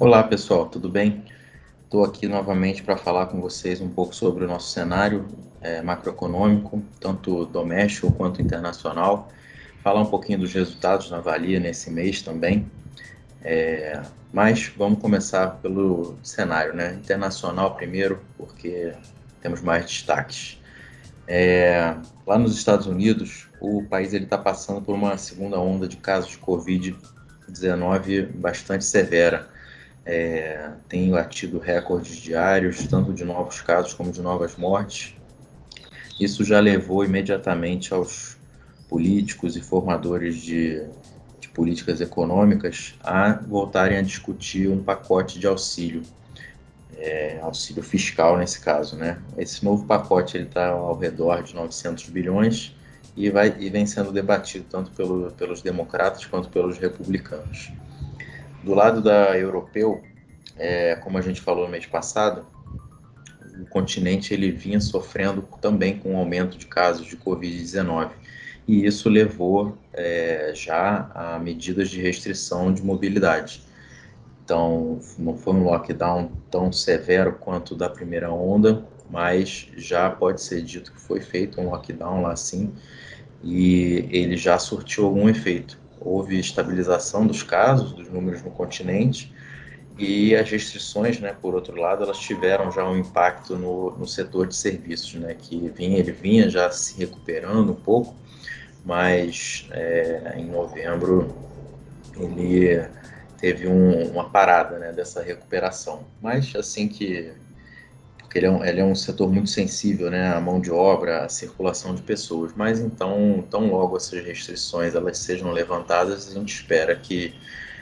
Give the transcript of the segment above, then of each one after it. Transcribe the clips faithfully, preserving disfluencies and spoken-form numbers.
Olá pessoal, tudo bem? Estou aqui novamente para falar com vocês um pouco sobre o nosso cenário é, macroeconômico, tanto doméstico quanto internacional, falar um pouquinho dos resultados na Valia nesse mês também, é, mas vamos começar pelo cenário, né? Internacional primeiro, porque temos mais destaques. É, lá nos Estados Unidos, o país está passando por uma segunda onda de casos de covid dezenove bastante severa. É, tem batido recordes diários, tanto de novos casos como de novas mortes. Isso já levou imediatamente aos políticos e formadores de, de políticas econômicas a voltarem a discutir um pacote de auxílio, é, auxílio fiscal nesse caso, né? Esse novo pacote está ao redor de novecentos bilhões e, vai, e vem sendo debatido tanto pelo, pelos democratas quanto pelos republicanos. Do lado da europeu, é, como a gente falou no mês passado, o continente ele vinha sofrendo também com o aumento de casos de covid dezenove e isso levou é, já a medidas de restrição de mobilidade. Então, não foi um lockdown tão severo quanto da primeira onda, mas já pode ser dito que foi feito um lockdown lá sim, e ele já surtiu algum efeito. Houve estabilização dos casos, dos números no continente, e as restrições, né, por outro lado, elas tiveram já um impacto no, no setor de serviços, né, que vinha, ele vinha já se recuperando um pouco, mas é, em novembro ele teve um, uma parada, né, dessa recuperação. Mas assim que porque ele é, um, ele é um setor muito sensível, né, à mão de obra, à circulação de pessoas. Mas então, tão logo essas restrições elas sejam levantadas, a gente espera que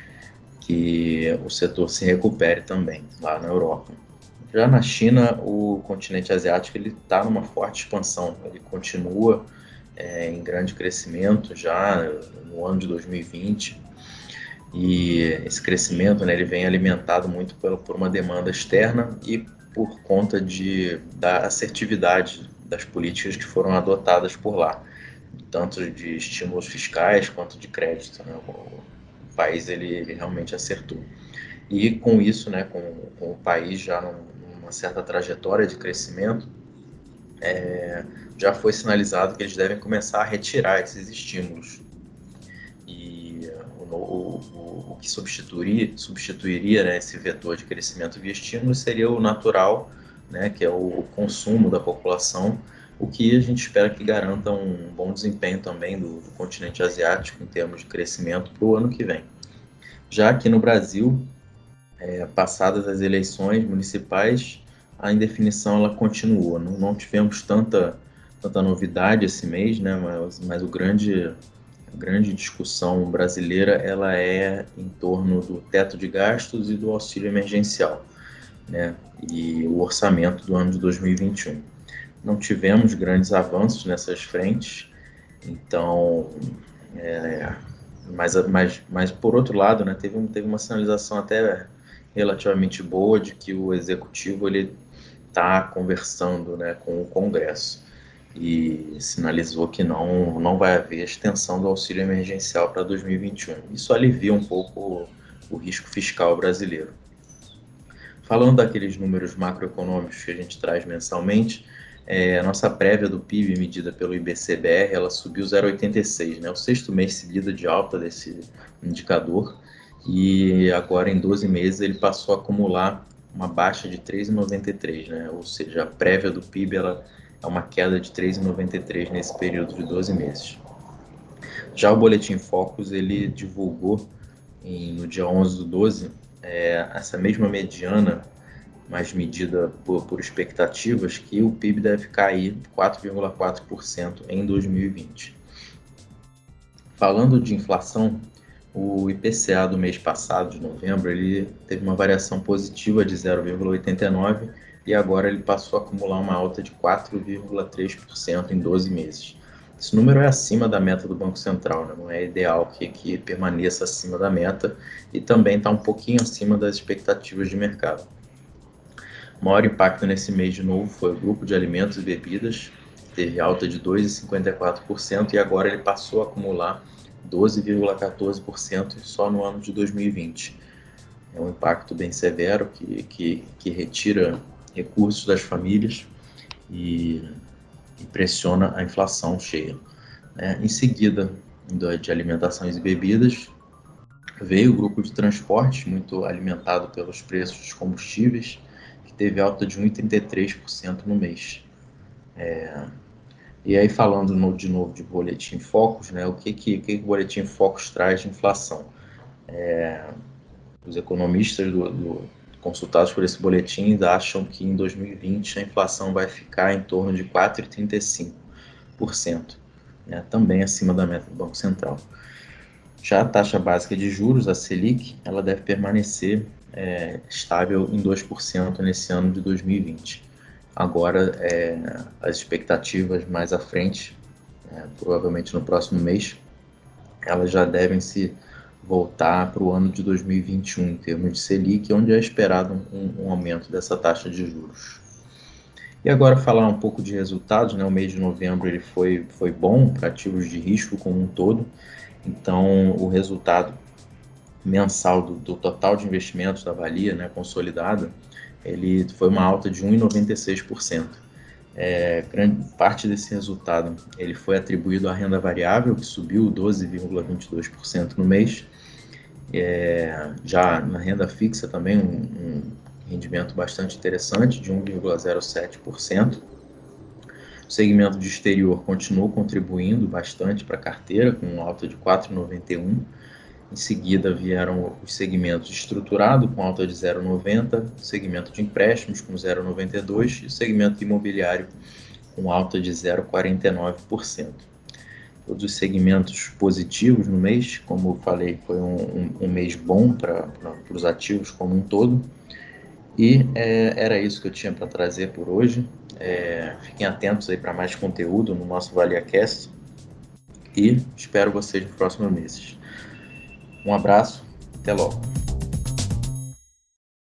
que o setor se recupere também lá na Europa. Já na China, o continente asiático ele está numa forte expansão, ele continua é, em grande crescimento já no ano de dois mil e vinte, e esse crescimento, né, ele vem alimentado muito por, por uma demanda externa e por conta de, da assertividade das políticas que foram adotadas por lá, tanto de estímulos fiscais quanto de crédito, né? O país ele, ele realmente acertou. E com isso, né, com, com o país já num, numa certa trajetória de crescimento, é, já foi sinalizado que eles devem começar a retirar esses estímulos. E o, o, o, o que substituiria, substituiria né, esse vetor de crescimento via estímulo seria o natural, né, que é o consumo da população, o que a gente espera que garanta um bom desempenho também do, do continente asiático em termos de crescimento para o ano que vem. Já aqui no Brasil, é, passadas as eleições municipais, a indefinição ela continua. Não, não tivemos tanta, tanta novidade esse mês, né? mas, mas o grande, a grande discussão brasileira ela é em torno do teto de gastos e do auxílio emergencial, né? E o orçamento do ano de dois mil e vinte e um. Não tivemos grandes avanços nessas frentes, então, é, mas, mas, mas por outro lado, né, teve, um, teve uma sinalização até relativamente boa de que o executivo ele está conversando, né, com o Congresso e sinalizou que não, não vai haver extensão do auxílio emergencial para dois mil e vinte e um. Isso alivia um pouco o, o risco fiscal brasileiro. Falando daqueles números macroeconômicos que a gente traz mensalmente, É, a nossa prévia do P I B medida pelo I B C B R, ela subiu zero vírgula oitenta e seis, né? O sexto mês seguido de alta desse indicador, e agora em doze meses ele passou a acumular uma baixa de três vírgula noventa e três, né? Ou seja, a prévia do P I B ela é uma queda de três vírgula noventa e três nesse período de doze meses. Já o Boletim Focus, ele divulgou em, no dia onze do doze, é, essa mesma mediana mais medida por, por expectativas, que o P I B deve cair quatro vírgula quatro por cento em dois mil e vinte. Falando de inflação, o I P C A do mês passado, de novembro, ele teve uma variação positiva de zero vírgula oitenta e nove e agora ele passou a acumular uma alta de quatro vírgula três por cento em doze meses. Esse número é acima da meta do Banco Central, né? Não é ideal que, que permaneça acima da meta e também está um pouquinho acima das expectativas de mercado. O maior impacto nesse mês, de novo, foi o grupo de alimentos e bebidas, que teve alta de dois vírgula cinquenta e quatro por cento e agora ele passou a acumular doze vírgula quatorze por cento só no ano de dois mil e vinte. É um impacto bem severo que, que, que retira recursos das famílias e, e pressiona a inflação cheia. Né? Em seguida, de alimentações e bebidas, veio o grupo de transporte, muito alimentado pelos preços dos combustíveis, que teve alta de um vírgula trinta e três por cento no mês. É, e aí, falando no, de novo de Boletim Focus, né, o que, que, que o Boletim Focus traz de inflação? É, os economistas do, do, consultados por esse boletim acham que em dois mil e vinte a inflação vai ficar em torno de quatro vírgula trinta e cinco por cento, né, também acima da meta do Banco Central. Já a taxa básica de juros, a Selic, ela deve permanecer é, estável em dois por cento nesse ano de dois mil e vinte. Agora, é, as expectativas mais à frente, é, provavelmente no próximo mês, elas já devem se voltar para o ano de dois mil e vinte e um, em termos de Selic, onde é esperado um, um aumento dessa taxa de juros. E agora falar um pouco de resultados, né? O mês de novembro ele foi, foi bom para ativos de risco como um todo. Então, o resultado mensal do, do total de investimentos da Valia, né, consolidada, ele foi uma alta de um vírgula noventa e seis por cento. É, grande parte desse resultado ele foi atribuído à renda variável, que subiu doze vírgula vinte e dois por cento no mês. É, já na renda fixa também um, um rendimento bastante interessante, de um vírgula zero sete por cento. O segmento de exterior continuou contribuindo bastante para a carteira, com uma alta de quatro vírgula noventa e um por cento. Em seguida vieram os segmentos estruturado, com alta de zero vírgula noventa por cento, o segmento de empréstimos com zero vírgula noventa e dois por cento e o segmento imobiliário com alta de zero vírgula quarenta e nove por cento. Todos os segmentos positivos no mês, como eu falei, foi um, um, um mês bom para os ativos como um todo. E é, era isso que eu tinha para trazer por hoje. É, fiquem atentos aí para mais conteúdo no nosso ValiaCast e espero vocês nos próximos meses. Um abraço, até logo.